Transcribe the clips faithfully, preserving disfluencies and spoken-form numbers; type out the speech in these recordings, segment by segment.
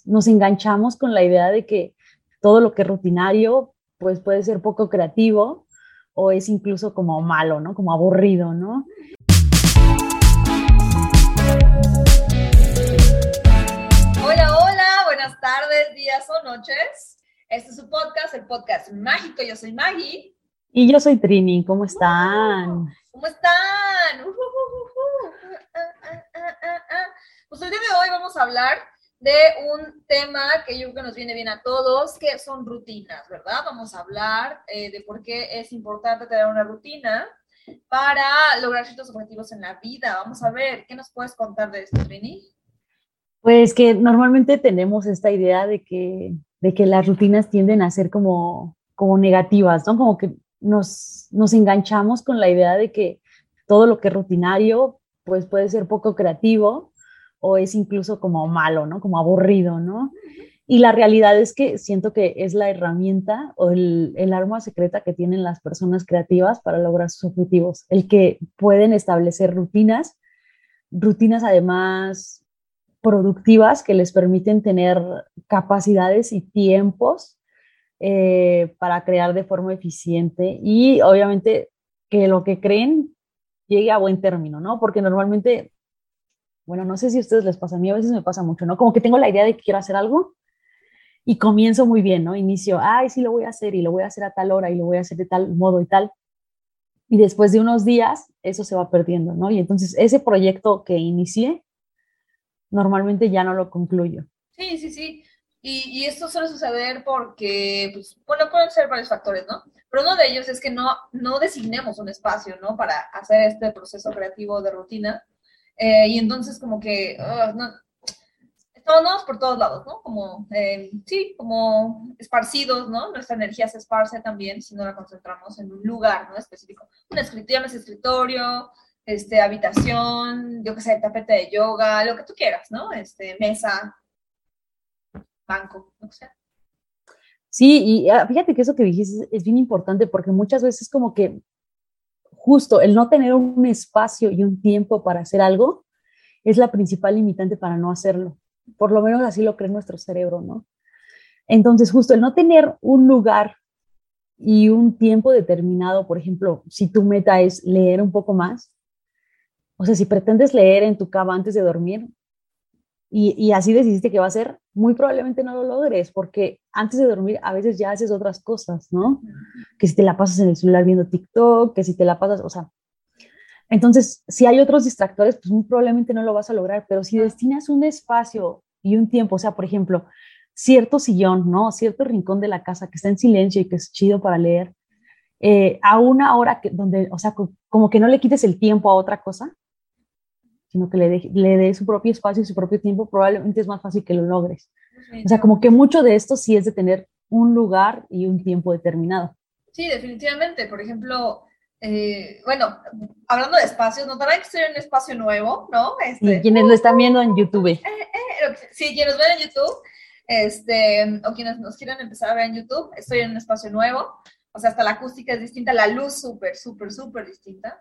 nos enganchamos con la idea de que todo lo que es rutinario, pues puede ser poco creativo o es incluso como malo, ¿no? Como aburrido, ¿no? Hola, hola, buenas tardes, días o noches. Este es su podcast, el podcast mágico. Yo soy Maggie. Y yo soy Trini, ¿cómo Uh, están? ¿Cómo están? Uh, uh, uh, uh. Ah, ah, ah, ah, ah. Pues el día de hoy vamos a hablar de un tema que yo creo que nos viene bien a todos, que son rutinas, ¿verdad? Vamos a hablar eh, de por qué es importante tener una rutina para lograr ciertos objetivos en la vida. Vamos a ver, ¿qué nos puedes contar de esto, Trini? Pues que normalmente tenemos esta idea de que, de que las rutinas tienden a ser como, como negativas, ¿no? Como que nos, nos enganchamos con la idea de que todo lo que es rutinario, pues puede ser poco creativo o es incluso como malo, ¿no? Como aburrido, ¿no? Y la realidad es que siento que es la herramienta o el, el arma secreta que tienen las personas creativas para lograr sus objetivos, el que pueden establecer rutinas, rutinas además productivas que les permiten tener capacidades y tiempos eh, para crear de forma eficiente y obviamente que lo que creen llegue a buen término, ¿no? Porque normalmente, bueno, no sé si a ustedes les pasa, a mí a veces me pasa mucho, ¿no? Como que tengo la idea de que quiero hacer algo y comienzo muy bien, ¿no? Inicio, ay, sí lo voy a hacer y lo voy a hacer a tal hora y lo voy a hacer de tal modo y tal. Y después de unos días, eso se va perdiendo, ¿no? Y entonces ese proyecto que inicié, normalmente ya no lo concluyo. Sí, sí, sí. Y, y esto suele suceder porque, pues, bueno, pueden ser varios factores, ¿no? Pero uno de ellos es que no, no designemos un espacio, ¿no? Para hacer este proceso creativo de rutina. Eh, y entonces como que uh, no, estamos por todos lados, ¿no? Como, eh, sí, como esparcidos, ¿no? Nuestra energía se esparce también si no la concentramos en un lugar, ¿no? Específico. Un escritorio, llámese escritorio, este, habitación, yo qué sé, tapete de yoga, lo que tú quieras, ¿no? Este, mesa, banco, o sea. Sí, y ah, fíjate que eso que dijiste es, es bien importante porque muchas veces como que justo el no tener un espacio y un tiempo para hacer algo es la principal limitante para no hacerlo. Por lo menos así lo cree nuestro cerebro, ¿no? Entonces, justo el no tener un lugar y un tiempo determinado, por ejemplo, si tu meta es leer un poco más, o sea, si pretendes leer en tu cama antes de dormir, y, y así decidiste que va a ser, muy probablemente no lo logres, porque antes de dormir a veces ya haces otras cosas, ¿no? Que si te la pasas en el celular viendo TikTok, que si te la pasas, o sea, entonces, si hay otros distractores, pues muy probablemente no lo vas a lograr, pero si destinas un espacio y un tiempo, o sea, por ejemplo, cierto sillón, ¿no? Cierto rincón de la casa que está en silencio y que es chido para leer, eh, a una hora que, donde, o sea, co- como que no le quites el tiempo a otra cosa, sino que le dé le dé su propio espacio y su propio tiempo, probablemente es más fácil que lo logres. O sea, como que Definitivamente. mucho de esto sí es de tener un lugar y un tiempo determinado. Sí, definitivamente. Por ejemplo, eh, bueno, hablando de espacios, notarán que estoy en un espacio nuevo, ¿no? Y Este, uh, quienes lo están viendo en uh, YouTube, eh, eh, sí, quienes ven en YouTube, este, o quienes nos quieran empezar a ver en YouTube, estoy en un espacio nuevo. O sea, hasta la acústica es distinta, la luz súper, súper, súper distinta.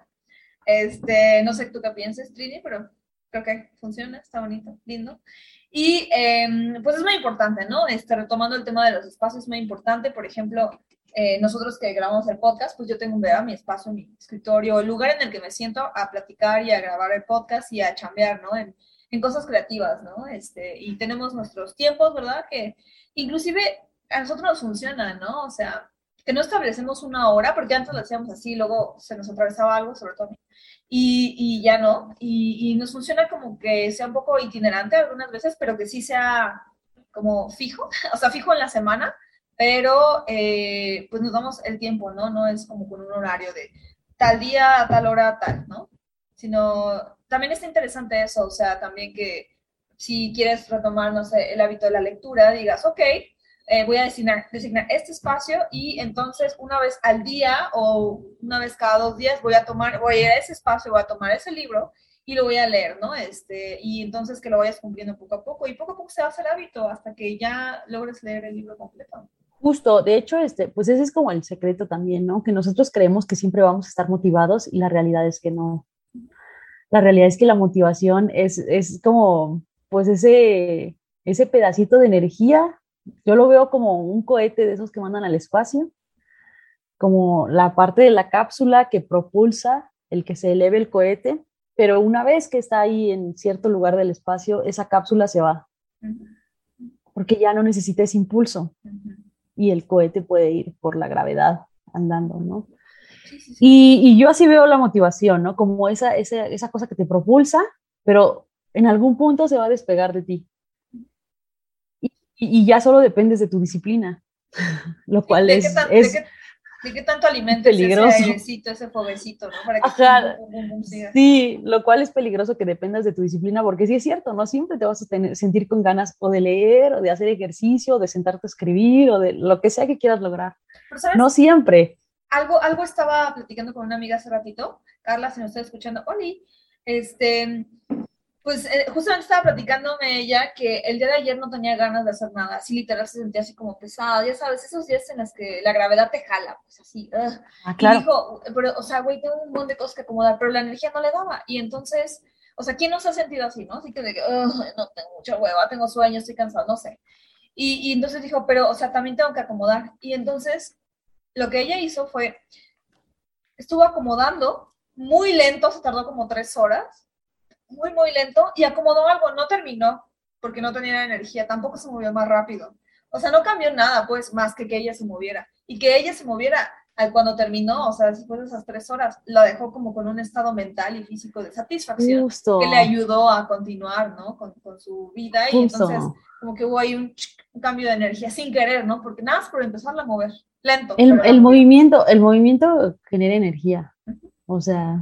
Este, no sé tú qué pienses, Trini, pero creo que funciona, está bonito, lindo. Y eh, pues es muy importante, ¿no? Este, retomando el tema de los espacios, es muy importante. Por ejemplo, eh, nosotros que grabamos el podcast, pues yo tengo un ¿verdad? Mi espacio, mi escritorio, el lugar en el que me siento a platicar y a grabar el podcast y a chambear, ¿no? En, en cosas creativas, ¿no? Este, y tenemos nuestros tiempos, ¿verdad? Que inclusive a nosotros nos funcionan, ¿no? O sea, que no establecemos una hora, porque antes lo hacíamos así, luego se nos atravesaba algo, sobre todo a mí, y, y ya no, y, y, nos funciona como que sea un poco itinerante algunas veces, pero que sí sea como fijo, o sea, fijo en la semana, pero eh, pues nos damos el tiempo, ¿no? No es como con un horario de tal día, a tal hora, tal, ¿no? Sino, también está interesante eso, o sea, también que si quieres retomar, no sé, el hábito de la lectura, digas, ok, eh, voy a designar, designar este espacio y entonces una vez al día o una vez cada dos días voy a tomar, voy a ir a ese espacio, voy a tomar ese libro y lo voy a leer, ¿no? Este, y entonces que lo vayas cumpliendo poco a poco y poco a poco se va a hacer hábito hasta que ya logres leer el libro completo. justo, de hecho, este, pues ese es como el secreto también, ¿no? Que nosotros creemos que siempre vamos a estar motivados y la realidad es que no. La realidad es que la motivación es, es como, pues ese, ese pedacito de energía, yo lo veo como un cohete de esos que mandan al espacio, como la parte de la cápsula que propulsa el que se eleve el cohete, pero una vez que está ahí en cierto lugar del espacio, esa cápsula se va, Ujú, porque ya no necesita ese impulso ujú. y el cohete puede ir por la gravedad andando, ¿no? Sí, sí, sí. Y, y yo así veo la motivación, ¿no? Como esa, esa, esa cosa que te propulsa, pero en algún punto se va a despegar de ti. Y, y ya solo dependes de tu disciplina, lo Sí, cual ¿de qué es, tan, de es qué, de qué tanto alimentes ese peligroso. airecito, ese foguecito, ¿no? Para que pum, pum, Ajá, pum, pum, pum, siga. sí, lo cual es peligroso que dependas de tu disciplina, porque sí es cierto, no siempre te vas a tener, sentir con ganas o de leer, o de hacer ejercicio, o de sentarte a escribir, o de lo que sea que quieras lograr. Pero, ¿sabes? No siempre. Algo, algo estaba platicando con una amiga hace ratito, Carla, si nos está escuchando, Oli, este, pues eh, justamente estaba platicándome ella que el día de ayer no tenía ganas de hacer nada, así literal se sentía así como pesada, ya sabes, esos días en los que la gravedad te jala, pues así, ugh. Ah, Y claro. dijo, pero, o sea, güey, tengo un montón de cosas que acomodar, pero la energía no le daba, y entonces, o sea, ¿quién no se ha sentido así, no? Así que de que, no tengo mucha hueva, tengo sueño, estoy cansado, no sé. Y, y entonces dijo, pero, o sea, también tengo que acomodar, y entonces lo que ella hizo fue, estuvo acomodando, muy lento, se tardó como tres horas, muy, muy lento, y acomodó algo, no terminó, porque no tenía energía, tampoco se movió más rápido. O sea, no cambió nada, pues, más que que ella se moviera. Y que ella se moviera cuando terminó, o sea, después de esas tres horas, la dejó como con un estado mental y físico de satisfacción que le Justo, ayudó a continuar, ¿no? Con, con su vida y entonces justo. como que hubo ahí un, un, cambio de energía sin querer, ¿no? Porque nada más por empezarla a mover, lento, El, pero la el movió. movimiento, el movimiento genera energía. O sea,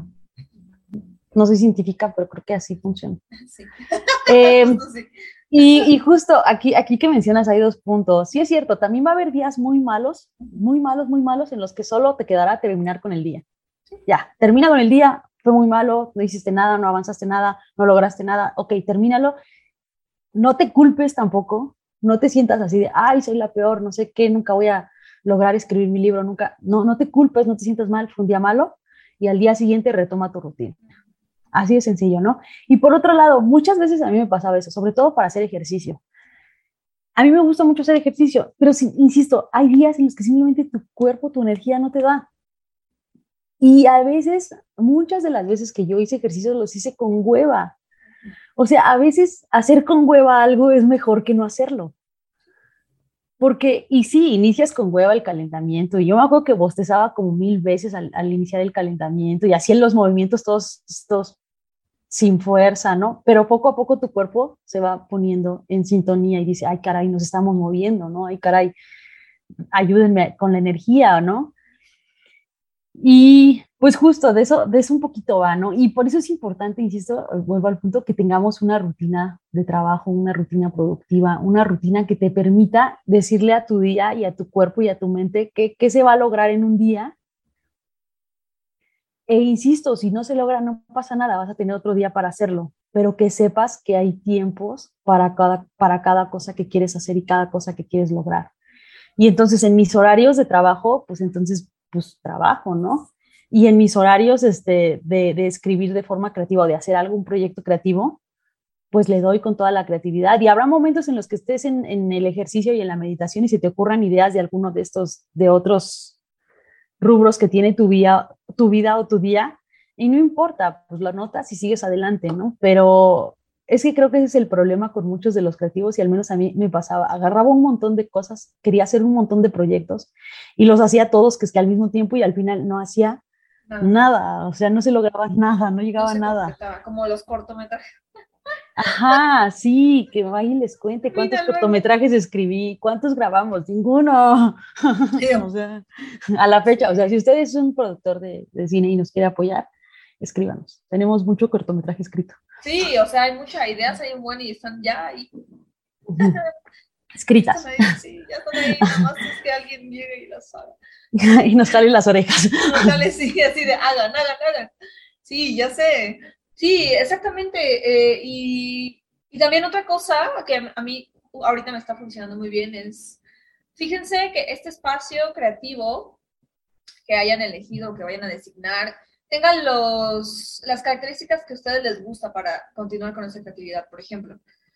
no soy científica, pero creo que así funciona. Sí, Eh, justo sí. y, y justo aquí, aquí que mencionas hay dos puntos. Sí es cierto, también va a haber días muy malos, muy malos, muy malos, en los que solo te quedará terminar con el día. Ya, termina con el día, fue muy malo, no hiciste nada, no avanzaste nada, no lograste nada, ok, termínalo. No te culpes tampoco, no te sientas así de, ay, soy la peor, no sé qué, nunca voy a lograr escribir mi libro, nunca, no, no te culpes, no te sientas mal, fue un día malo y al día siguiente retoma tu rutina. Así de sencillo, ¿no? Y por otro lado, muchas veces a mí me pasaba eso, sobre todo para hacer ejercicio. A mí me gusta mucho hacer ejercicio, pero si, insisto, hay días en los que simplemente tu cuerpo, tu energía no te da. Y a veces, muchas de las veces que yo hice ejercicio los hice con hueva. O sea, a veces hacer con hueva algo es mejor que no hacerlo. Porque, y sí, inicias con hueva el calentamiento. Y yo me acuerdo que bostezaba como mil veces al, al iniciar el calentamiento y hacía los movimientos todos, todos sin fuerza, ¿no? Pero poco a poco tu cuerpo se va poniendo en sintonía y dice, ay, caray, nos estamos moviendo, ¿no? Ay, caray, ayúdenme con la energía, ¿no? Y pues justo de eso, de eso un poquito va, ¿no? Y por eso es importante, insisto, vuelvo al punto, que tengamos una rutina de trabajo, una rutina productiva, una rutina que te permita decirle a tu día y a tu cuerpo y a tu mente qué, qué se va a lograr en un día. E insisto, si no se logra, no pasa nada, vas a tener otro día para hacerlo, pero que sepas que hay tiempos para cada, para cada cosa que quieres hacer y cada cosa que quieres lograr. Y entonces en mis horarios de trabajo, pues entonces, pues trabajo, ¿no? Y en mis horarios este, de, de escribir de forma creativa o de hacer algún proyecto creativo, pues le doy con toda la creatividad. Y habrá momentos en los que estés en, en el ejercicio y en la meditación y se te ocurran ideas de alguno de estos, de otros rubros que tiene tu vida, tu vida o tu día, y no importa, pues lo notas y sigues adelante, ¿no? Pero es que creo que ese es el problema con muchos de los creativos y al menos a mí me pasaba, agarraba un montón de cosas, quería hacer un montón de proyectos y los hacía todos que es que al mismo tiempo y al final no hacía Nada, nada, o sea, no se lograba nada, no no llegaba a se nada. concretaba, como los cortometrajes. Ajá, sí, que vaya y les cuente cuántos Vida luego. cortometrajes escribí, cuántos grabamos, ninguno. Sí, O sea, a la fecha, o sea, sí. si usted es un productor de, de cine y nos quiere apoyar, escríbanos. Tenemos mucho cortometraje escrito. Sí, o sea, hay muchas ideas, hay un buen y están ya ahí. Ujú. Ya están Escritas. ahí, sí, ya están ahí, nomás es que alguien llegue y las haga. Y nos salen las orejas. Y nos sale así, así de hagan, hagan, hagan. Sí, ya sé. Sí, exactamente. Eh, y, y también otra cosa que a mí ahorita me está funcionando muy bien es, fíjense que este espacio creativo que hayan elegido, que vayan a designar, tengan los, las características que a ustedes les gusta para continuar con esa creatividad. Por ejemplo,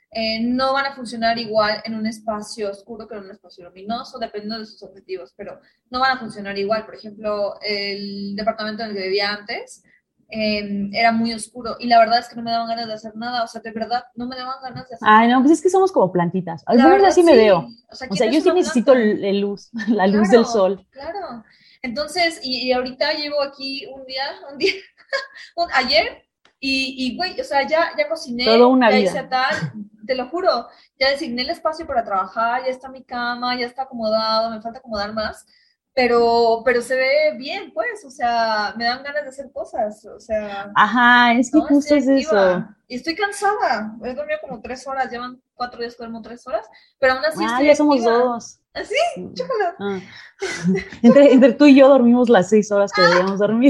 eh, no van a funcionar igual en un espacio oscuro que en un espacio luminoso, dependiendo de sus objetivos, pero no van a funcionar igual. Por ejemplo, el departamento en el que vivía antes eh, era muy oscuro y la verdad es que no me daban ganas de hacer nada, o sea, de verdad, no me daban ganas de hacer Ay, nada. no, pues es que somos como plantitas. Al La menos yo verdad, así me sí. veo. O sea, O ¿quién sea, no yo es sí una necesito planta? el- el luz, la luz del Claro, sol. claro. Entonces, y, y ahorita llevo aquí un día, un día, un, ayer, y, y güey, o sea, ya, ya Toda cociné, una ya hice vida. tal, te lo juro, ya designé el espacio para trabajar, ya está mi cama, ya está acomodado, me falta acomodar más, pero, pero se ve bien, pues, o sea, me dan ganas de hacer cosas, o sea, Ajá, es que no, estoy justo es eso. activa y estoy cansada, he dormido como tres horas, llevan cuatro días que duermo tres horas, pero aún así Ah, estoy ya somos activa. dos. ¿Así? Mm, Chócala. ah. Entre, entre tú y yo dormimos las seis horas que deberíamos dormir.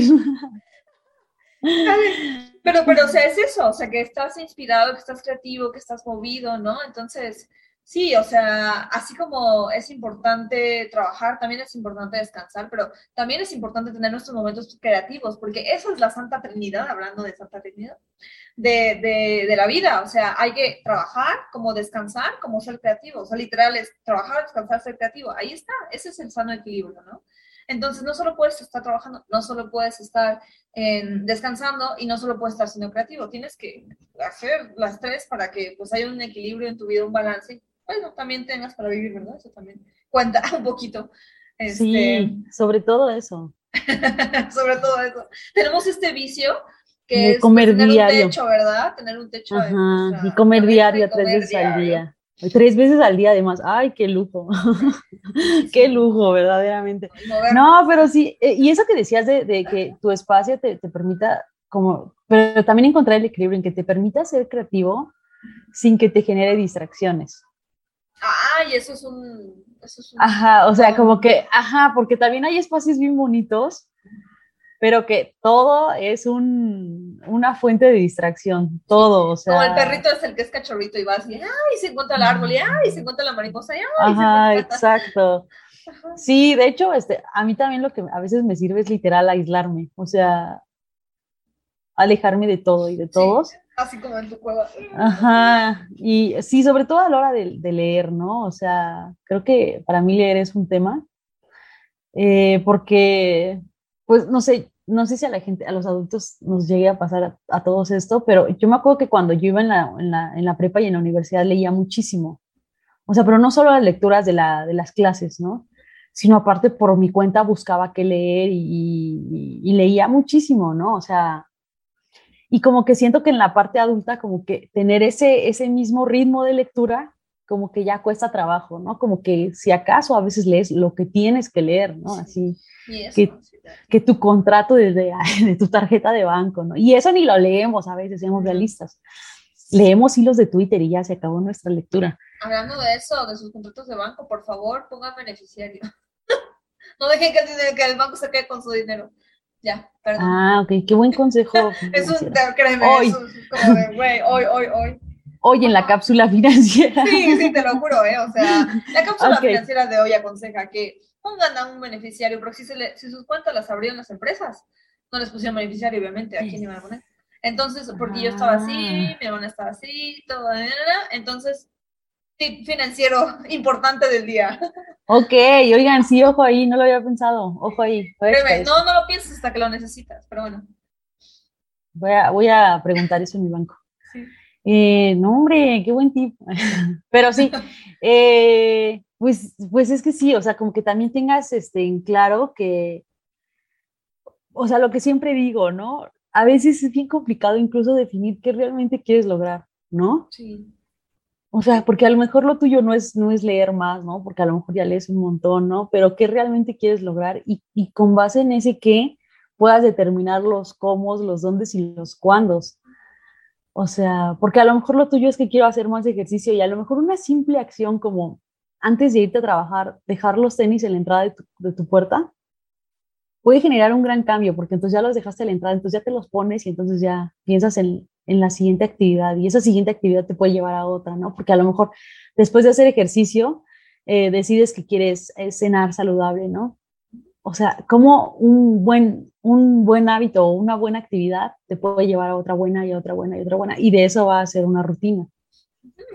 ¿Sabes? Pero, pero, o sea, es eso, o sea, que estás inspirado, que estás creativo, que estás movido, ¿no? Entonces, sí, o sea, así como es importante trabajar, también es importante descansar, pero también es importante tener nuestros momentos creativos, porque eso es la Santa Trinidad, hablando de Santa Trinidad, de, de, de la vida, o sea, hay que trabajar, como descansar, como ser creativo, o sea, literal es trabajar, descansar, ser creativo, ahí está, ese es el sano equilibrio, ¿no? Entonces, no solo puedes estar trabajando, no solo puedes estar eh, descansando y no solo puedes estar siendo creativo, tienes que hacer las tres para que pues haya un equilibrio en tu vida, un balance. Bueno, también tengas para vivir, ¿verdad? Eso también cuenta un poquito. Este, Sí, sobre todo eso, sobre todo eso. Tenemos este vicio que de es pues comer tener un diario. techo, ¿verdad? Tener un techo en Ajá, y nuestra comer cabeza y diario tres comer veces al diario. día. Tres veces al día además. Ay, qué lujo. Sí, Qué sí. lujo, verdaderamente. Y movernos. No, pero sí, eh, y eso que decías de, de que tu espacio te, te permita como, pero también encontrar el equilibrio en que te permita ser creativo sin que te genere distracciones. Ah, y eso es un, eso es un Ajá, o sea, como don. que, ajá, porque también hay espacios bien bonitos, pero que todo es un, una fuente de distracción, Sí, todo, o como el sea, perrito es el que es cachorrito y vas y, ay, se encuentra el árbol y, ay, se encuentra la mariposa y, ay, se ajá, encuentra... exacto. Ajá. Sí, de hecho, este, a mí también lo que a veces me sirve es literal aislarme, o sea, alejarme de todo y de Sí, todos. así como en tu cueva. Ajá, y sí, sobre todo a la hora de, de leer, ¿no? O sea, creo que para mí leer es un tema, eh, porque, pues, no sé, no sé si a la gente, a los adultos nos llegue a pasar a, a todos esto, pero yo me acuerdo que cuando yo iba en la, en la, en la prepa y en la universidad leía muchísimo. O sea, pero no solo las lecturas de, la, de las clases, ¿no? Sino aparte por mi cuenta buscaba qué leer y, y, y leía muchísimo, ¿no? O sea, y como que siento que en la parte adulta, como que tener ese, ese mismo ritmo de lectura, como que ya cuesta trabajo, ¿no? Como que si acaso a veces lees lo que tienes que leer, ¿no? Sí, Así y eso, que, sí, claro. que tu contrato de, de, de tu tarjeta de banco, ¿no? Y eso ni lo leemos a veces, seamos No. realistas. Leemos hilos de Twitter y ya se acabó nuestra lectura. Hablando de eso, de sus contratos de banco, por favor, pongan beneficiario. No dejen que el, dinero, que el banco se quede con su dinero. Ya, perdón. Ah, ok, qué buen consejo Es un, financiero. créeme, Hoy, eso es como de, güey, hoy, hoy, hoy. hoy en la Ajá. cápsula financiera. Sí, sí, te lo juro, ¿eh? O sea, la cápsula Ok. financiera de hoy aconseja que pongan a un beneficiario, porque si, se le, si sus cuentas las abrieron las empresas, no les pusieron beneficiario, obviamente, ¿a quién iban a poner? Entonces, porque yo estaba así, Ah, mi hermana estaba así, todo, entonces, tip financiero importante del día. ok, oigan, sí, ojo ahí, no lo había pensado. Ojo ahí, voy a checar Créeme, eso. no, no lo pienses hasta que lo necesitas, pero bueno. Voy a, voy a preguntar eso en mi banco. Sí. Eh, no, hombre, qué buen tip. Pero sí, eh, pues, pues es que sí, o sea, como que también tengas este, en claro que, o sea, lo que siempre digo, ¿no? A veces es bien complicado incluso definir qué realmente quieres lograr, ¿no? Sí. O sea, porque a lo mejor lo tuyo no es, no es leer más, ¿no? Porque a lo mejor ya lees un montón, ¿no? Pero qué realmente quieres lograr y, y con base en ese qué puedas determinar los cómo, los dóndes y los cuándos. O sea, porque a lo mejor lo tuyo es que quiero hacer más ejercicio y a lo mejor una simple acción como antes de irte a trabajar, dejar los tenis en la entrada de tu, de tu puerta, puede generar un gran cambio, porque entonces ya los dejaste a la entrada, entonces ya te los pones y entonces ya piensas en, en la siguiente actividad y esa siguiente actividad te puede llevar a otra, ¿no? Porque a lo mejor después de hacer ejercicio, eh, decides que quieres eh, cenar saludable, ¿no? O sea, como un buen, un buen hábito o una buena actividad te puede llevar a otra buena y a otra buena y otra buena, y de eso va a ser una rutina.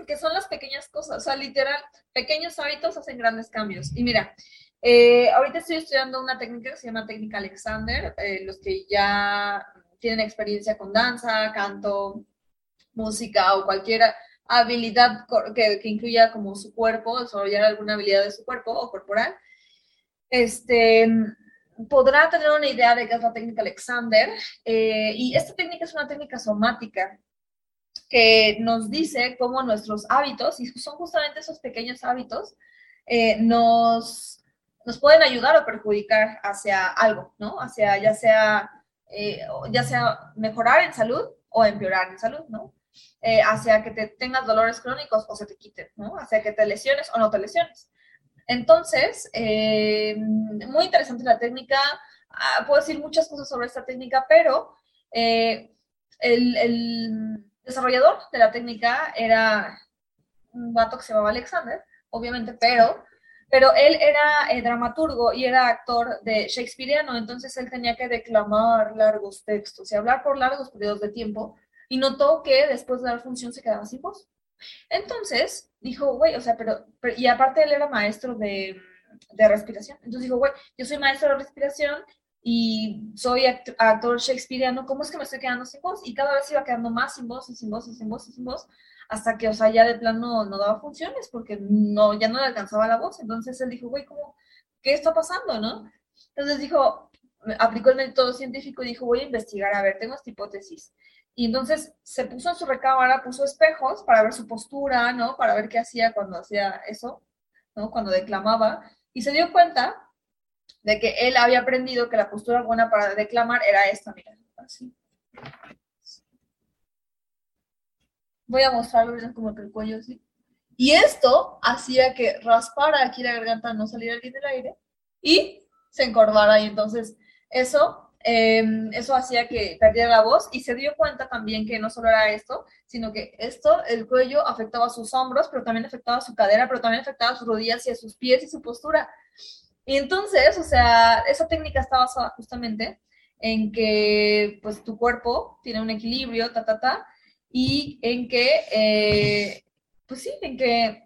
porque son las pequeñas cosas, o sea, literal, pequeños hábitos hacen grandes cambios. Y mira, eh, ahorita estoy estudiando una técnica que se llama técnica Alexander, eh, los que ya tienen experiencia con danza, canto, música o cualquier habilidad que, que incluya como su cuerpo, desarrollar alguna habilidad de su cuerpo o corporal, este, podrá tener una idea de qué es la técnica Alexander. Eh, y esta técnica es una técnica somática que nos dice cómo nuestros hábitos, y son justamente esos pequeños hábitos, eh, nos, nos pueden ayudar o perjudicar hacia algo, ¿no? Hacia ya sea, eh, ya sea mejorar en salud o empeorar en salud, ¿no? Eh, hacia que te tengas dolores crónicos o se te quiten, ¿no? Hacia que te lesiones o no te lesiones. Entonces, eh, muy interesante la técnica. Ah, puedo decir muchas cosas sobre esta técnica, pero eh, el, el desarrollador de la técnica era un vato que se llamaba Alexander, obviamente, pero, pero él era eh, dramaturgo y era actor de shakespeariano, entonces él tenía que declamar largos textos y hablar por largos periodos de tiempo, y notó que después de dar función se quedaba sin voz. Entonces dijo, güey, o sea, pero, pero, y aparte él era maestro de, de respiración, entonces dijo, güey, yo soy maestro de respiración y soy act actor shakespeariano, ¿cómo es que me estoy quedando sin voz? Y cada vez iba quedando más sin voz, y sin voz, y sin voz, y sin voz, hasta que, o sea, ya de plano no daba funciones, porque no, ya no le alcanzaba la voz. Entonces él dijo, güey, ¿cómo, qué está pasando, no? Entonces dijo, aplicó el método científico y dijo, voy a investigar, a ver, tengo esta hipótesis. Y entonces se puso en su recámara, puso espejos para ver su postura, ¿no? Para ver qué hacía cuando hacía eso, ¿no? Cuando declamaba, y se dio cuenta de que él había aprendido que la postura buena para declamar era esta, mira, así. Voy a mostrarlo, miren, como que el cuello así. Y esto hacía que raspara aquí la garganta, no saliera bien del aire, y se encorvara, y entonces eso, eh, eso hacía que perdiera la voz, y se dio cuenta también que no solo era esto, sino que esto, el cuello, afectaba a sus hombros, pero también afectaba a su cadera, pero también afectaba a sus rodillas y a sus pies y su postura. Y entonces, o sea, esa técnica está basada justamente en que, pues, tu cuerpo tiene un equilibrio, ta, ta, ta, y en que, eh, pues sí, en que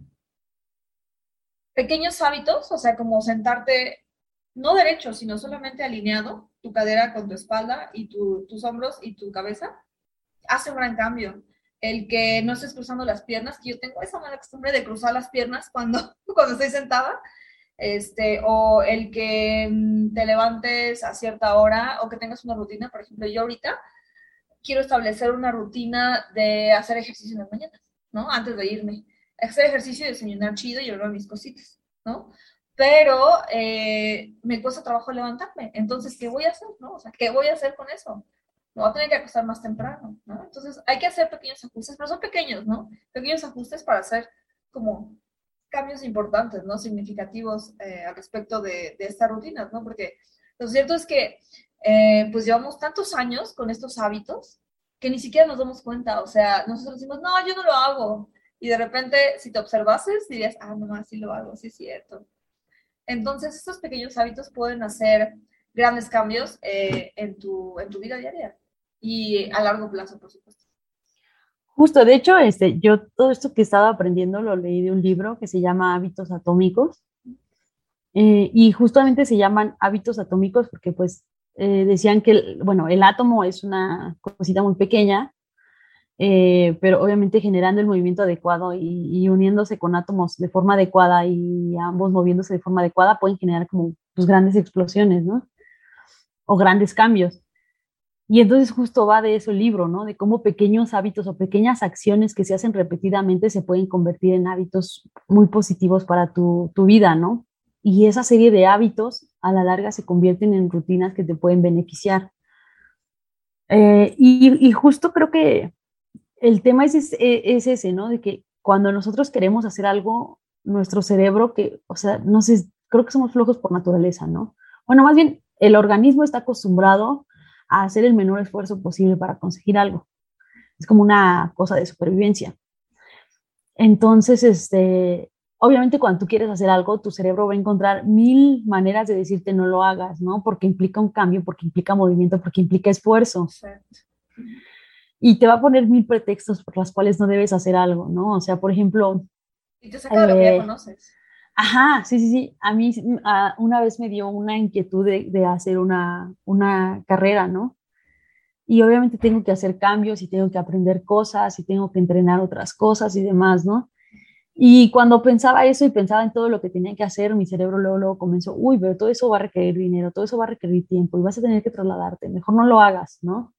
pequeños hábitos, o sea, como sentarte no derecho, sino solamente alineado, tu cadera con tu espalda y tu, tus hombros y tu cabeza, hace un gran cambio. El que no estés cruzando las piernas, que yo tengo esa mala costumbre de cruzar las piernas cuando, cuando estoy sentada, este, o el que te levantes a cierta hora, o que tengas una rutina. Por ejemplo, yo ahorita quiero establecer una rutina de hacer ejercicio en las mañanas, ¿no? Antes de irme. Hacer ejercicio y desayunar chido y llevar mis cositas, ¿no? Pero eh, me cuesta trabajo levantarme. Entonces, ¿qué voy a hacer, no? O sea, ¿qué voy a hacer con eso? Me voy a tener que acostar más temprano, ¿no? Entonces, hay que hacer pequeños ajustes, pero son pequeños, ¿no? Pequeños ajustes para hacer como cambios importantes, ¿no? Significativos eh, al respecto de, de estas rutinas, ¿no? Porque lo cierto es que eh, pues llevamos tantos años con estos hábitos que ni siquiera nos damos cuenta. O sea, nosotros decimos, no, yo no lo hago. Y de repente, si te observases, dirías, ah, no, sí lo hago, sí es cierto. Entonces, estos pequeños hábitos pueden hacer grandes cambios eh, en, tu, en tu vida diaria y a largo plazo, por supuesto. Justo, de hecho, este, yo todo esto que estaba aprendiendo lo leí de un libro que se llama Hábitos Atómicos, eh, y justamente se llaman hábitos atómicos porque pues eh, decían que, el, bueno, el átomo es una cosita muy pequeña, eh, pero obviamente generando el movimiento adecuado y, y uniéndose con átomos de forma adecuada y ambos moviéndose de forma adecuada pueden generar como pues, grandes explosiones, ¿no? O grandes cambios. Y entonces justo va de eso el libro, ¿no? De cómo pequeños hábitos o pequeñas acciones que se hacen repetidamente se pueden convertir en hábitos muy positivos para tu, tu vida, ¿no? Y esa serie de hábitos a la larga se convierten en rutinas que te pueden beneficiar. Eh, y, y justo creo que el tema es, es, es ese, ¿no? De que cuando nosotros queremos hacer algo, nuestro cerebro, que, o sea, no sé, creo que somos flojos por naturaleza, ¿no? Bueno, más bien, el organismo está acostumbrado a hacer el menor esfuerzo posible para conseguir algo. Es como una cosa de supervivencia. Entonces, este, obviamente cuando tú quieres hacer algo, tu cerebro va a encontrar mil maneras de decirte no lo hagas, ¿no? Porque implica un cambio, porque implica movimiento, porque implica esfuerzo. Exacto. y te va a poner mil pretextos por los cuales no debes hacer algo, ¿no? O sea, por ejemplo, Y te saca de lo que ya eh, conoces. ajá, sí, sí, sí, a mí a, una vez me dio una inquietud de, de hacer una, una carrera, ¿no? Y obviamente tengo que hacer cambios y tengo que aprender cosas y tengo que entrenar otras cosas y demás, ¿no? Y cuando pensaba eso y pensaba en todo lo que tenía que hacer, mi cerebro luego, luego comenzó, uy, pero todo eso va a requerir dinero, todo eso va a requerir tiempo y vas a tener que trasladarte, mejor no lo hagas, ¿no?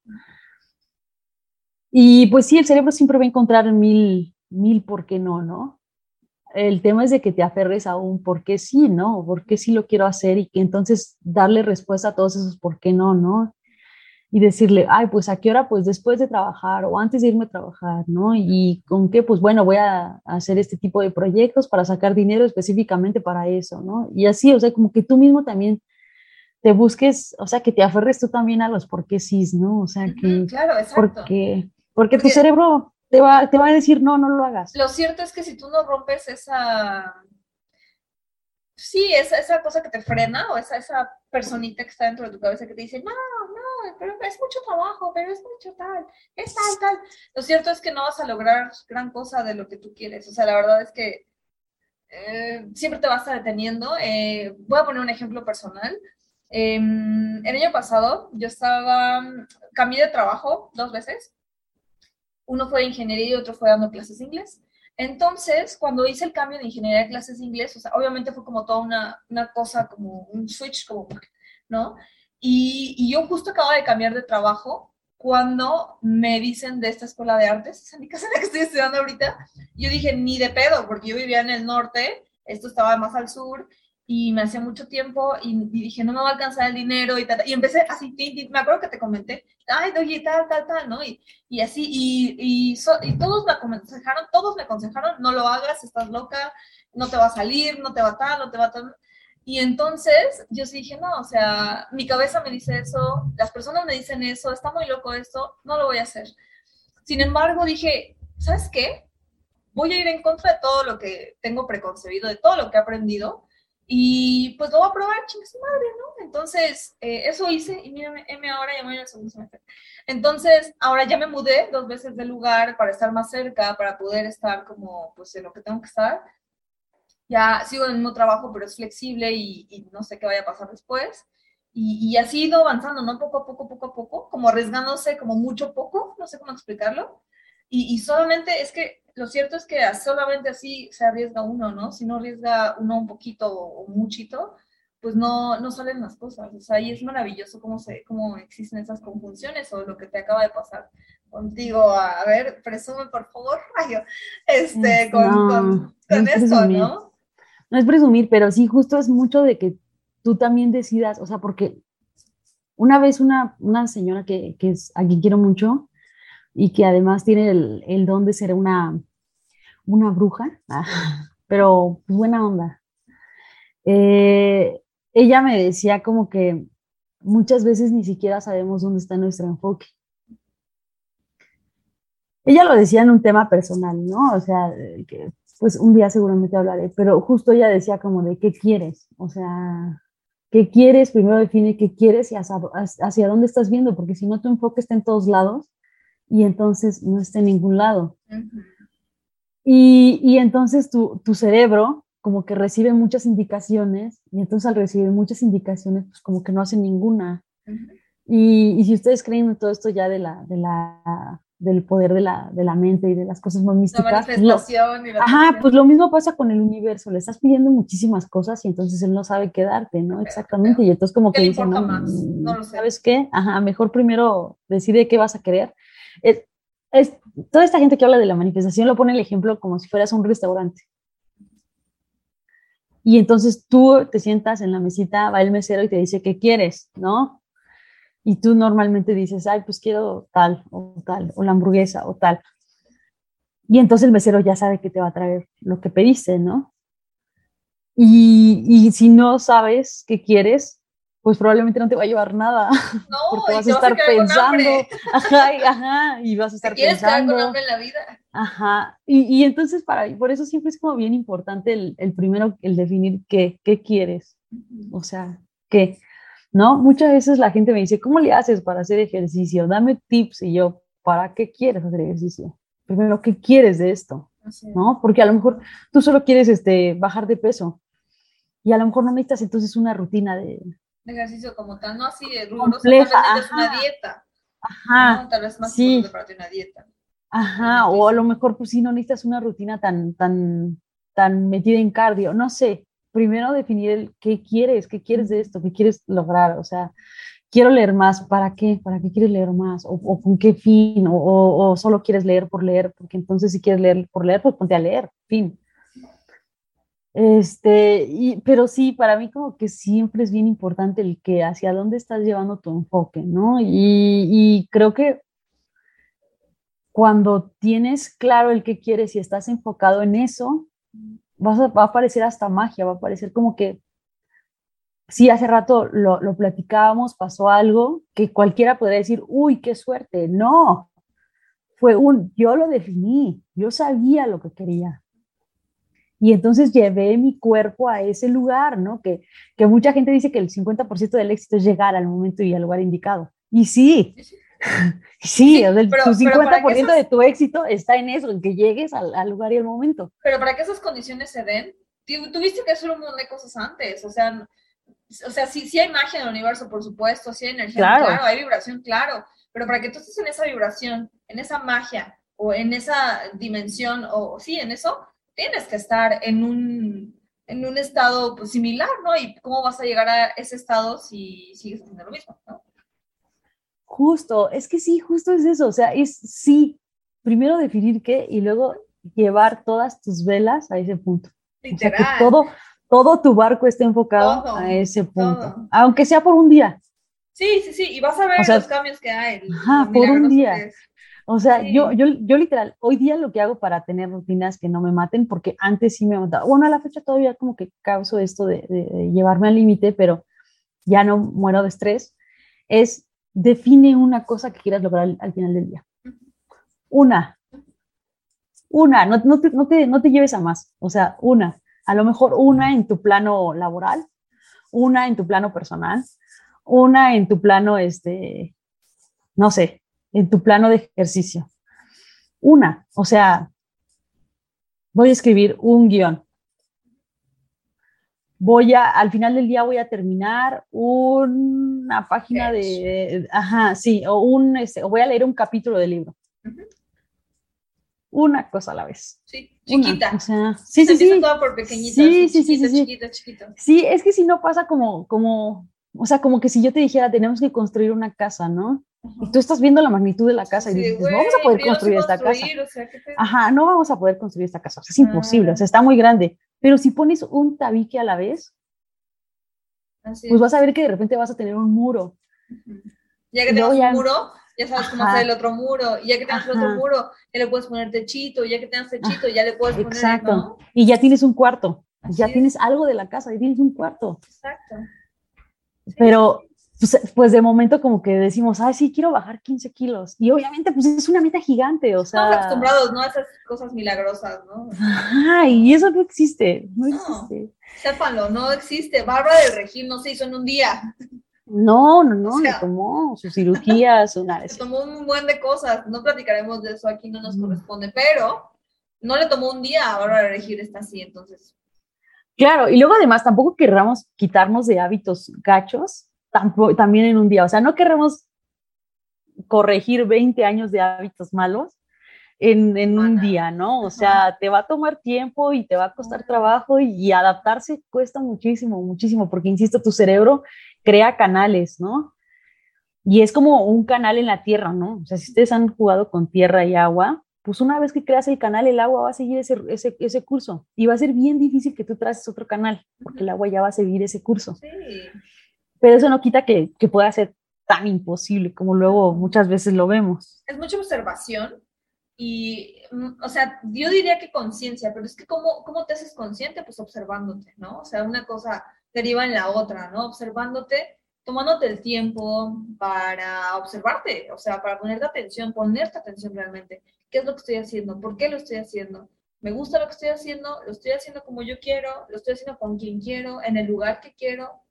Y pues sí, el cerebro siempre va a encontrar mil, mil por qué no, ¿no? El tema es de que te aferres a un por qué sí, ¿no? Por qué sí lo quiero hacer y que entonces darle respuesta a todos esos por qué no, ¿no? Y decirle, ay, pues a qué hora, pues después de trabajar o antes de irme a trabajar, ¿no? Y con qué, pues bueno, voy a hacer este tipo de proyectos para sacar dinero específicamente para eso, ¿no? Y así, o sea, como que tú mismo también te busques, o sea, que te aferres tú también a los por qué sí, ¿no? O sea, Ujú, que, claro, exacto. porque, porque tu Porque cerebro te va, te va a decir, no, no lo hagas. lo cierto es que si tú no rompes esa, sí, esa, esa cosa que te frena o esa, esa personita que está dentro de tu cabeza que te dice, no, no, pero es mucho trabajo, pero es mucho tal, es tal, tal. Lo cierto es que no vas a lograr gran cosa de lo que tú quieres. O sea, la verdad es que eh, siempre te vas a estar deteniendo. Eh, voy a poner un ejemplo personal. Eh, el año pasado yo estaba, cambié de trabajo dos veces. Uno fue de ingeniería y otro fue dando clases de inglés. Entonces, cuando hice el cambio de ingeniería a clases de inglés, o sea, obviamente fue como toda una, una cosa, como un switch, como, ¿no? Y, y yo justo acababa de cambiar de trabajo cuando me dicen de esta escuela de artes, esa es mi casa en la que estoy estudiando ahorita. Yo dije, ni de pedo, porque yo vivía en el norte, esto estaba más al sur, y me hacía mucho tiempo, y, y dije, no me va a alcanzar el dinero, y, tal, y empecé así, me acuerdo que te comenté, ay, oye, tal, tal, tal, ¿no? Y, y así, y, y, so, y, todos me aconsejaron, todos me aconsejaron, no lo hagas, estás loca, no te va a salir, no te va a tal, no te va a tal. Y entonces yo sí dije, no, o sea, mi cabeza me dice eso, las personas me dicen eso, está muy loco esto, no lo voy a hacer. Sin embargo, dije, ¿sabes qué? Voy a ir en contra de todo lo que tengo preconcebido, de todo lo que he aprendido, y pues lo voy a probar, chingue su madre, ¿no? Entonces, eh, eso hice, y mírame, M ahora ya voy en el segundo semestre. Entonces, ahora ya me mudé dos veces de lugar para estar más cerca, para poder estar como, pues, en lo que tengo que estar. Ya sigo en el mismo trabajo, pero es flexible y, y no sé qué vaya a pasar después. Y, y así he ido avanzando, ¿no? Poco a poco, poco a poco, como arriesgándose, como mucho poco, no sé cómo explicarlo. Y, y solamente es que lo cierto es que solamente así se arriesga uno, ¿no? Si no arriesga uno un poquito o muchito, pues no, no salen las cosas. O sea, y es maravilloso cómo, se, cómo existen esas conjunciones o lo que te acaba de pasar contigo. A, a ver, presume, por favor, Rayo, este, Es, con, no, con, no con es esto, presumir, ¿no? no es presumir, pero sí, justo es mucho de que tú también decidas, o sea, porque una vez una, una señora que, que es, a quien quiero mucho y que además tiene el, el don de ser una, una bruja, ah, pero pues, buena onda. Eh, ella me decía como que muchas veces ni siquiera sabemos dónde está nuestro enfoque. Ella lo decía en un tema personal, ¿no? O sea, eh, que pues un día seguramente hablaré, pero justo ella decía como de qué quieres, o sea, qué quieres, primero define qué quieres y hacia, hacia dónde estás viendo, porque si no tu enfoque está en todos lados y entonces no está en ningún lado. Uh-huh. Y, y entonces tu, tu cerebro como que recibe muchas indicaciones y entonces al recibir muchas indicaciones pues como que no hace ninguna. Uh-huh. Y, y si ustedes creen en todo esto ya de la, de la, del poder de la, de la mente y de las cosas más La místicas, pues lo, manifestación y la ajá, atracción. pues lo mismo pasa con el universo, le estás pidiendo muchísimas cosas y entonces él no sabe qué darte, Qué ¿no? feo, qué feo. Exactamente, y entonces como ¿Qué que le dice, no, importa más? No mm, lo sé. ¿sabes qué? Ajá, mejor primero decide qué vas a querer. Es, es, toda esta gente que habla de la manifestación lo pone el ejemplo como si fueras a un restaurante. Y entonces tú te sientas en la mesita, va el mesero y te dice, ¿qué quieres? ¿No? Y tú normalmente dices, ay, pues quiero tal o tal, o la hamburguesa o tal. Y entonces el mesero ya sabe que te va a traer lo que pediste, ¿no? Y, y si no sabes qué quieres, pues probablemente no te va a llevar nada, porque No, y vas a te vas a estar quedar con hambre. pensando, ajá, y, ajá, y vas a Te estar quieres quedar con pensando, hambre en la vida. ajá. Y, y entonces para, por eso siempre es como bien importante el, el primero, el definir qué, qué quieres, o sea, qué. ¿No? Muchas veces la gente me dice, ¿cómo le haces para hacer ejercicio? Dame tips y yo, ¿para qué quieres hacer ejercicio? Primero, ¿qué quieres de esto? Así es. ¿No? Porque a lo mejor tú solo quieres este, bajar de peso y a lo mejor no necesitas entonces una rutina de De ejercicio como tal, no así de rigurosa, tal compleja, vez necesitas una ajá, dieta, ¿no? ajá, Tal vez es más importante sí, para ti una dieta ajá, o a alimenticia. lo mejor pues sí no necesitas una rutina tan, tan, tan metida en cardio, no sé. Primero definir el qué quieres, qué quieres de esto, qué quieres lograr, o sea, quiero leer más, ¿para qué? ¿Para qué quieres leer más? ¿O, o con qué fin? O, o, o solo quieres leer por leer? Porque entonces si quieres leer por leer, pues ponte a leer, fin. Este, y, pero sí, para mí como que siempre es bien importante el que hacia dónde estás llevando tu enfoque, ¿no? Y, y creo que cuando tienes claro el que quieres y estás enfocado en eso, vas a, va a parecer hasta magia, va a parecer como que, sí, hace rato lo, lo platicábamos, pasó algo que cualquiera podría decir, uy, qué suerte. No, fue un, yo lo definí, yo sabía lo que quería. Y entonces llevé mi cuerpo a ese lugar, ¿no? Que, que mucha gente dice que el cincuenta por ciento del éxito es llegar al momento y al lugar indicado. Y sí, Sí, sí, sí, sí, o sí, sea, pero, tu pero cincuenta para que por ciento de esas, tu éxito está en eso, en que llegues al, al lugar y al momento. pero para que esas condiciones se den, tu- tuviste que hacer un montón de cosas antes, o sea, o sea, sí, sí hay magia en el universo, por supuesto, sí hay energía, claro, Claro, hay vibración, claro, pero para que tú estés en esa vibración, en esa magia, o en esa dimensión, o sí, en eso, tienes que estar en un, en un estado pues, similar, ¿no? ¿Y cómo vas a llegar a ese estado si sigues haciendo lo mismo, ¿no? justo, es que sí, justo es eso, o sea, es sí, primero definir qué y luego llevar todas tus velas a ese punto. O sea, que Literal, todo, todo tu barco esté enfocado a todo, ese punto, todo. aunque sea por un día. Sí, sí, sí, y vas a O ver los sea, cambios que hay, lo ajá, por un milagroso que día. es. O sea, yo, Sí, yo, yo literal, hoy día lo que hago para tener rutinas que no me maten, porque antes sí me mataba. Bueno, a la fecha todavía como que causo esto de, de, de llevarme al límite, pero ya no muero de estrés, es define una cosa que quieras lograr al, al final del día. Una, una, no, no, te, no, te, no te lleves a más, o sea, una. A lo mejor una en tu plano laboral, una en tu plano personal, una en tu plano, este, no sé, en tu plano de ejercicio. Una, o sea, voy a escribir un guión. Voy a, al final del día voy a terminar una página sketch. de, ajá, sí, o un, este, o voy a leer un capítulo del libro. Ujú. Una cosa a la vez. Sí, Una, o chiquita. sea, sí, Se sí, empieza sí. todo por pequeñito, Sí, así, sí, sí, sí, chiquito, sí. chiquito, chiquito. Sí, es que si no pasa como, como, o sea, como que si yo te dijera, tenemos que construir una casa, ¿no? Y Ajá. tú estás viendo la magnitud de la casa y Así de, dices, no vamos a güey, poder pero yo no sé construir esta casa. construir, o sea, ¿qué pedo? Ajá, no vamos a poder construir esta casa. O sea, es imposible, o Nada, sea, está muy grande. Pero si pones un tabique a la vez, así pues vas a es. ver que de repente vas a tener un muro. Ujú. Ya que Y luego tengas un ya, muro, ya sabes cómo hacer el ajá, otro muro. Y ya que tengas el otro ajá, muro, ya le puedes poner techito. Y ya que tengas techito, ah, ya le puedes poner, exacto. ¿no? Y ya tienes un cuarto, ya Así tienes es. algo de la casa, ya tienes un cuarto. Exacto. Sí, sí, Pero sí. pues, pues de momento como que decimos, ay, sí, quiero bajar quince kilos. Y obviamente pues es una meta gigante, o Estamos sea, acostumbrados, ¿no? A esas cosas milagrosas, ¿no? Así de, ay, y no, eso no existe, no no. existe. Sépanlo, no existe. Bárbara del Regil no se hizo en un día. No, no, O no, le sea, tomó sus cirugías, una le vez. tomó un buen de cosas. No platicaremos de eso aquí, no nos corresponde, pero no le tomó un día. Ahora elegir está así, entonces. Claro, y luego además tampoco querramos quitarnos de hábitos gachos tampoco, también en un día. O sea, no queremos corregir veinte años de hábitos malos en, en un Semana. día, ¿no? O Ajá. sea, te va a tomar tiempo y te va a costar Claro. trabajo y, y adaptarse cuesta muchísimo, muchísimo, porque, insisto, tu cerebro crea canales, ¿no? Y es como un canal en la tierra, ¿no? O sea, si ustedes han jugado con tierra y agua, pues una vez que creas el canal, el agua va a seguir ese, ese, ese curso y va a ser bien difícil que tú traces otro canal, porque el Ujú. agua ya va a seguir ese curso. Sí. Pero eso no quita que, que pueda ser tan imposible como luego No. muchas veces lo vemos. Es mucha observación y, mm, o sea, yo diría que conciencia, pero es que ¿cómo, ¿cómo te haces consciente? Pues observándote, ¿no? O sea, una cosa deriva en la otra, ¿no? Observándote, tomándote el tiempo para observarte, o sea, para ponerte atención, ponerte atención realmente. ¿Qué es lo que estoy haciendo? ¿Por qué lo estoy haciendo? ¿Me gusta lo que estoy haciendo? ¿Lo estoy haciendo como yo quiero? ¿Lo estoy haciendo con quien quiero? ¿En el lugar que quiero?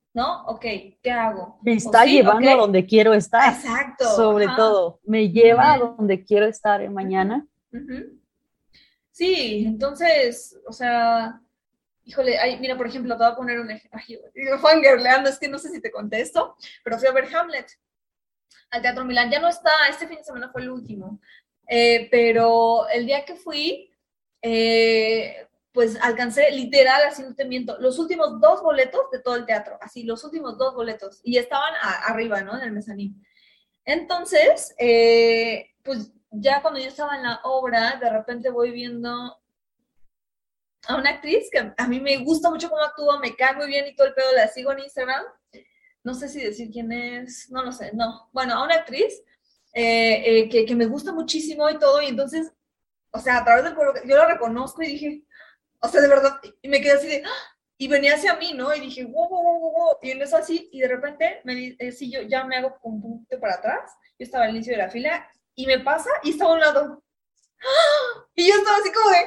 ¿no? Ok, ¿qué hago? Me O está sí, ok, llevando a donde quiero estar, exacto, sobre ajá, todo, me muy lleva a bien. donde quiero estar en Ujú, mañana. ujú. Sí, entonces, o sea, híjole, ay, mira, por ejemplo, te voy a poner un ejemplo. Fangirleando, es que no sé si te contesto, pero fui a ver Hamlet al Teatro Milán. Ya no está, este fin de semana fue el último. Eh, pero el día que fui, eh, pues alcancé literal, así no te miento, los últimos dos boletos de todo el teatro, así, los últimos dos boletos, y estaban a, arriba, ¿no? En el mezanín. Entonces, eh, pues ya cuando yo estaba en la obra, de repente voy viendo a una actriz que a mí me gusta mucho cómo actúa, me cae muy bien y todo el pedo, la sigo en Instagram. No sé si decir quién es, no lo sé, no. Bueno, a una actriz eh, eh, que, que, me gusta muchísimo y todo, y entonces, o sea, a través del cuerpo, yo lo reconozco y dije, o sea, de verdad, y me quedé así de, ¡ah! Y venía hacia mí, ¿no? Y dije, wow, wow, wow, wow, y en eso así, y de repente, me, eh, sí, yo ya me hago un punto para atrás, yo estaba al inicio de la fila, y me pasa, y estaba a un lado, y yo estaba así como de,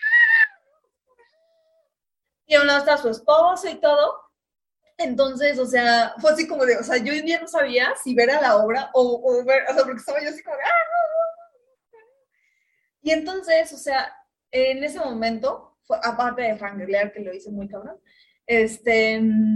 y a un lado estaba su esposo y todo. Entonces, o sea, fue así como de, o sea, yo un día no sabía si ver a la obra o, o ver, o sea, porque estaba yo así como de, ¡ah! Y entonces, o sea, en ese momento, fue, aparte de fangirlear, que lo hice muy cabrón, este,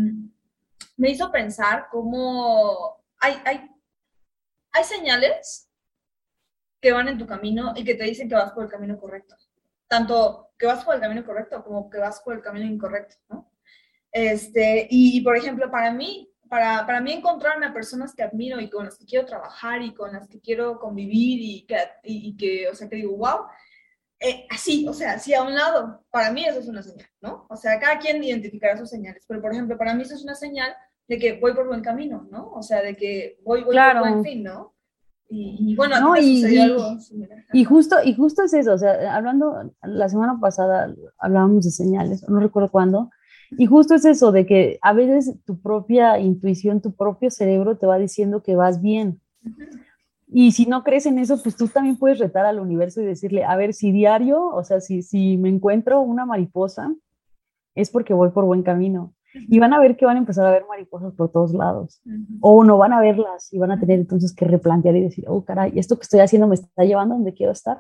me hizo pensar cómo hay, hay, hay señales que van en tu camino y que te dicen que vas por el camino correcto. Tanto que vas por el camino correcto como que vas por el camino incorrecto, ¿no? Este, y, y, por ejemplo, para mí, para, para mí encontrarme a personas que admiro y con las que quiero trabajar y con las que quiero convivir y que, y, y que o sea, que digo, wow, eh, así, o sea, así a un lado, para mí eso es una señal, ¿no? O sea, cada quien identificará sus señales, pero por ejemplo, para mí eso es una señal de que voy por buen camino, ¿no? O sea, de que voy, voy por buen Claro, fin, ¿no? Y, y bueno, a ti ¿no? te sucedió Y, algo similar. y, y Ajá. justo, y justo es eso, o sea, hablando, la semana pasada hablábamos de señales, no recuerdo cuándo, y justo es eso, de que a veces tu propia intuición, tu propio cerebro te va diciendo que vas bien. Y si no crees en eso, pues tú también puedes retar al universo y decirle, a ver, si diario, o sea, si, si me encuentro una mariposa, es porque voy por buen camino. Y van a ver que van a empezar a ver mariposas por todos lados. O no van a verlas y van a tener entonces que replantear y decir, oh, caray, esto que estoy haciendo me está llevando a donde quiero estar.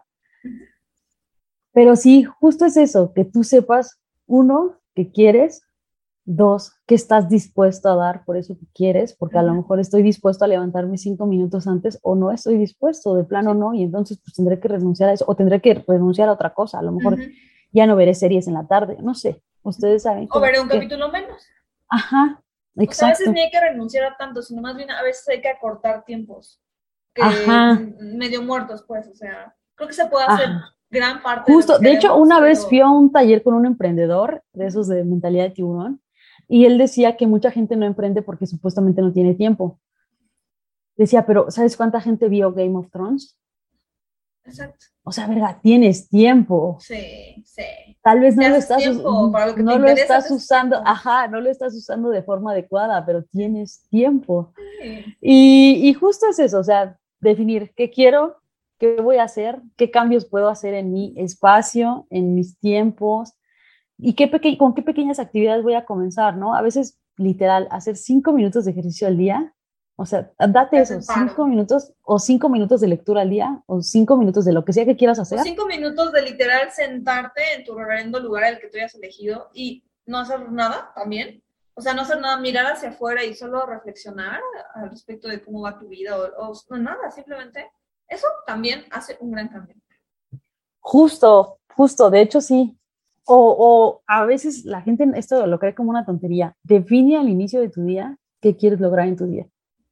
Pero sí, justo es eso, que tú sepas, uno, que quieres, dos, que estás dispuesto a dar por eso que quieres, porque a lo mejor estoy dispuesto a levantarme cinco minutos antes o no estoy dispuesto, de plano Sí. no, y entonces pues tendré que renunciar a eso o tendré que renunciar a otra cosa. A lo mejor Uh-huh. ya no veré series en la tarde, no sé. Ustedes saben O cómo veré un que, capítulo menos. ajá, O sea, a veces ni exacto, hay que renunciar a tanto, sino más bien a veces hay que acortar tiempos que ajá, mm, medio muertos, pues, o sea, creo que se puede hacer ajá. gran parte de lo que Justo, de hecho, queremos, una vez fui pero a un taller con un emprendedor de esos de mentalidad de tiburón y él decía que mucha gente no emprende porque supuestamente no tiene tiempo. Decía, pero ¿sabes cuánta gente vio Game of Thrones? exacto. O sea, verga, tienes tiempo. Sí, sí. Tal vez Te no lo haces estás, tiempo, para lo que te no lo interesa te estás haces usando, tiempo. ajá, no lo estás usando de forma adecuada, pero tienes tiempo. Sí. Y, y justo es eso, o sea, definir qué quiero, qué voy a hacer, qué cambios puedo hacer en mi espacio, en mis tiempos y qué peque con qué pequeñas actividades voy a comenzar, ¿no? A veces, literal, hacer cinco minutos de ejercicio al día, o sea, Te date hacen esos cinco paro. minutos o cinco minutos de lectura al día o cinco minutos de lo que sea que quieras O hacer. cinco minutos de literal sentarte en tu reverendo lugar al que tú hayas elegido y no hacer nada también. O sea, no hacer nada, mirar hacia afuera y solo reflexionar al respecto de cómo va tu vida o, o no, nada, simplemente eso también hace un gran cambio. Justo, justo, de hecho sí. O, o a veces la gente esto lo cree como una tontería. Define al inicio de tu día qué quieres lograr en tu día.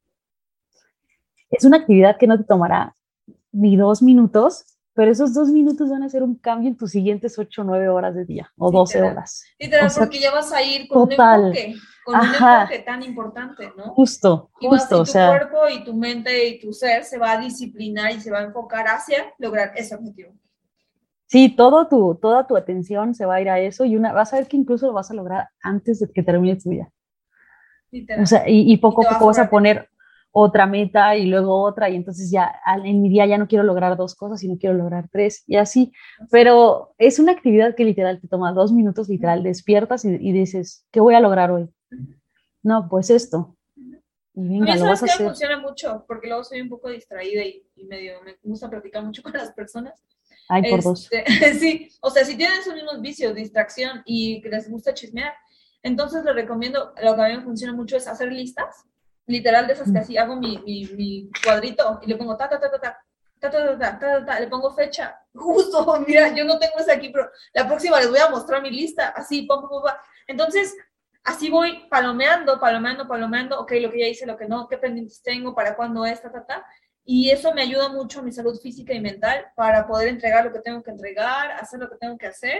Es una actividad que no te tomará ni dos minutos, pero esos dos minutos van a hacer un cambio en tus siguientes ocho o nueve horas de día o doce Literal. horas. O Literal, sea, porque ya vas a ir con un total. enfoque, con un Ajá, enfoque tan importante, ¿no? justo, Y, vas, justo. y O tu sea, cuerpo y tu mente y tu ser se va a disciplinar y se va a enfocar hacia lograr ese objetivo. sí, todo tu, toda tu atención se va a ir a eso y una, vas a ver que incluso lo vas a lograr antes de que termine tu día. O Literal. sea, y, y Y poco te a va a poco vas a sobrar tiempo. poner otra meta y luego otra y entonces ya en mi día ya no quiero lograr dos cosas, sino quiero lograr tres y así. Pero es una actividad que literal te toma dos minutos, literal, despiertas y, y dices, ¿qué voy a lograr hoy? no, pues esto. Y A venga, mí, lo ¿sabes vas a qué me hacer. funciona mucho? Porque luego soy un poco distraída y, y medio me gusta platicar mucho con las personas. Ay, por dos. Este, sí, o sea, si tienen esos mismos vicios, distracción y que les gusta chismear, entonces les recomiendo, lo que a mí me funciona mucho es hacer listas, literal de esas que así hago mi, mi, mi cuadrito y le pongo ta, ta, ta, ta, ta, ta, ta, ta, ta, ta, ta, le pongo fecha, justo, mira, yo no tengo ese aquí, pero la próxima les voy a mostrar mi lista, así, pum, pum, pum, entonces, así voy palomeando, palomeando, palomeando, ok, lo que ya hice, lo que no, qué pendientes tengo, para cuándo es, ta, ta, ta, y eso me ayuda mucho a mi salud física y mental para poder entregar lo que tengo que entregar, hacer lo que tengo que hacer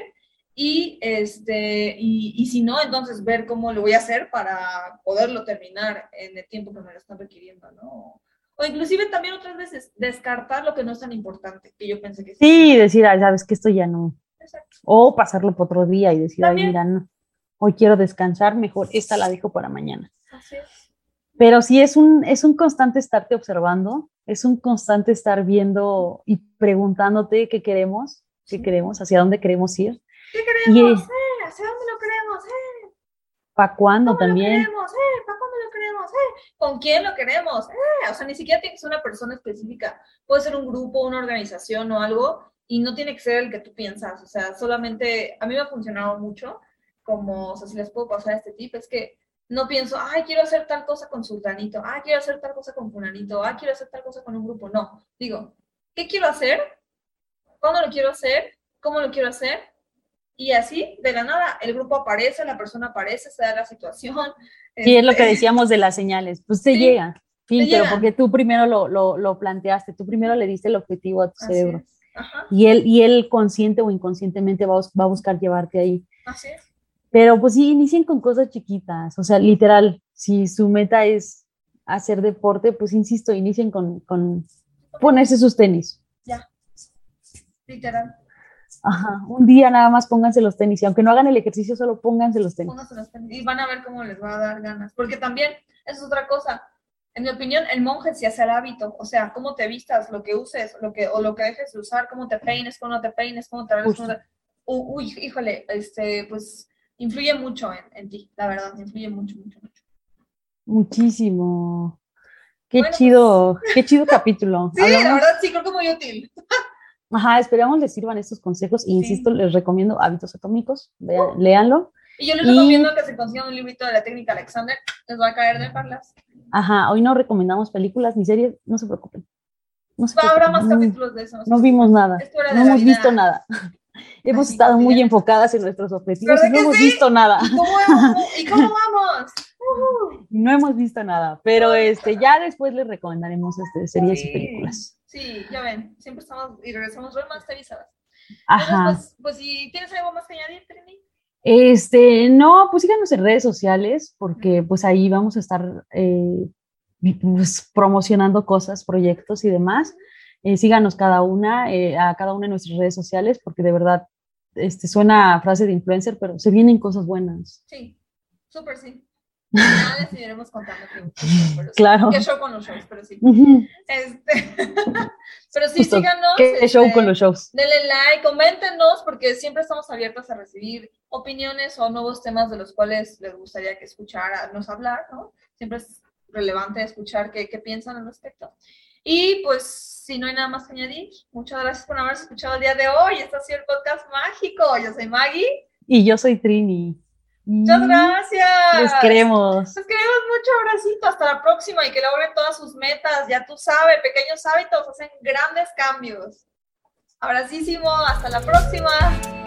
y, este, y, y si no, entonces ver cómo lo voy a hacer para poderlo terminar en el tiempo que me lo están requiriendo, ¿no? O inclusive también otras veces descartar lo que no es tan importante, que yo pensé que sí. Sí, decir, ay, sabes que esto ya no. Exacto. O pasarlo por otro día y decir, También. ay, mira, no, hoy quiero descansar, mejor esta la dejo para mañana. Así es. Pero sí es un, es un constante estarte observando, es un constante estar viendo y preguntándote qué queremos, qué Sí. queremos, hacia dónde queremos ir. ¿Qué queremos? Y Eh, ¿hacia dónde lo queremos? Eh, para cuándo ¿Cómo también. lo queremos? Eh, ¿para cuándo lo queremos? Eh, ¿con quién lo queremos? Eh, o sea, ni siquiera tiene que ser una persona específica. Puede ser un grupo, una organización o algo, y no tiene que ser el que tú piensas. O sea, solamente, a mí me ha funcionado mucho, como, o sea, si les puedo pasar este tip, es que no pienso, ay, quiero hacer tal cosa con sultanito, ay, quiero hacer tal cosa con fulanito, ay, quiero hacer tal cosa con un grupo. No, digo, ¿qué quiero hacer? ¿Cuándo lo quiero hacer? ¿Cómo lo quiero hacer? Y así, de la nada, el grupo aparece, la persona aparece, se da la situación. Y este... es lo que este, decíamos de las señales, pues te Sí, llega, fin, te pero llegan. porque tú primero lo, lo, lo planteaste, tú primero le diste el objetivo a tu Así cerebro. es. Ajá. Y él, y él consciente o inconscientemente va, a- va a buscar llevarte ahí. Así es. Pero pues sí, inicien con cosas chiquitas, o sea, literal, si su meta es hacer deporte, pues insisto, inicien con, con ponerse sus tenis. Ya, literal. Ajá, un día nada más pónganse los tenis, y aunque no hagan el ejercicio, solo pónganse los tenis. Pónganse los tenis y van a ver cómo les va a dar ganas, porque también, eso es otra cosa, en mi opinión, el monje se hace el hábito, o sea, cómo te vistas, lo que uses, lo que, o lo que dejes de usar, cómo te peines, cómo no te peines, cómo te arregles, cómo te... Uh, uy, híjole, este, pues, influye mucho en, en ti, la verdad, influye mucho, mucho, mucho. Muchísimo. Qué Bueno, chido, pues... qué chido capítulo. Sí, Hablamos... la verdad, sí, creo que muy útil. Ajá, esperamos les sirvan estos consejos. E insisto, sí. Les recomiendo Hábitos Atómicos, vean, uh. léanlo. Y yo les y... recomiendo que se consigan un librito de la técnica Alexander, les va a caer de perlas. Ajá, hoy no recomendamos películas ni series, no se preocupen. No se preocupen. Habrá más no, capítulos de eso. No, no vimos nada, no hemos vida. visto nada. Hemos Así estado muy enfocadas en nuestros objetivos y no hemos sí? visto nada. ¿Y cómo, hemos, ¿y cómo vamos? Uh-huh. No hemos visto nada, pero este, ya después les recomendaremos este, series sí. y películas. Sí, ya ven, siempre estamos y regresamos remasterizadas. Ajá. Entonces, pues, pues si tienes algo más que añadir, Trini. Este, no, pues síganos en redes sociales, porque pues ahí vamos a estar eh, pues, promocionando cosas, proyectos y demás. Eh, síganos cada una, eh, a cada una de nuestras redes sociales, porque de verdad, este, suena a frase de influencer, pero se vienen cosas buenas. Sí, súper sí. Ya les seguiremos contando que, pero sí, claro. qué show con los shows, pero sí. Uh-huh. Este, pero sí, Justo, síganos. ¿Qué este, show con los shows? Denle like, coméntenos, porque siempre estamos abiertos a recibir opiniones o nuevos temas de los cuales les gustaría que escucháramos hablar, ¿no? Siempre es relevante escuchar qué, qué piensan al respecto. Y pues, si no hay nada más que añadir, muchas gracias por habernos escuchado el día de hoy. Este ha sido el podcast mágico. Yo soy Maggie. Y yo soy Trini. Muchas gracias. Les queremos. Les queremos mucho, abracito. Hasta la próxima y que logren todas sus metas. Ya tú sabes, pequeños hábitos hacen grandes cambios. Abracísimo. Hasta la próxima.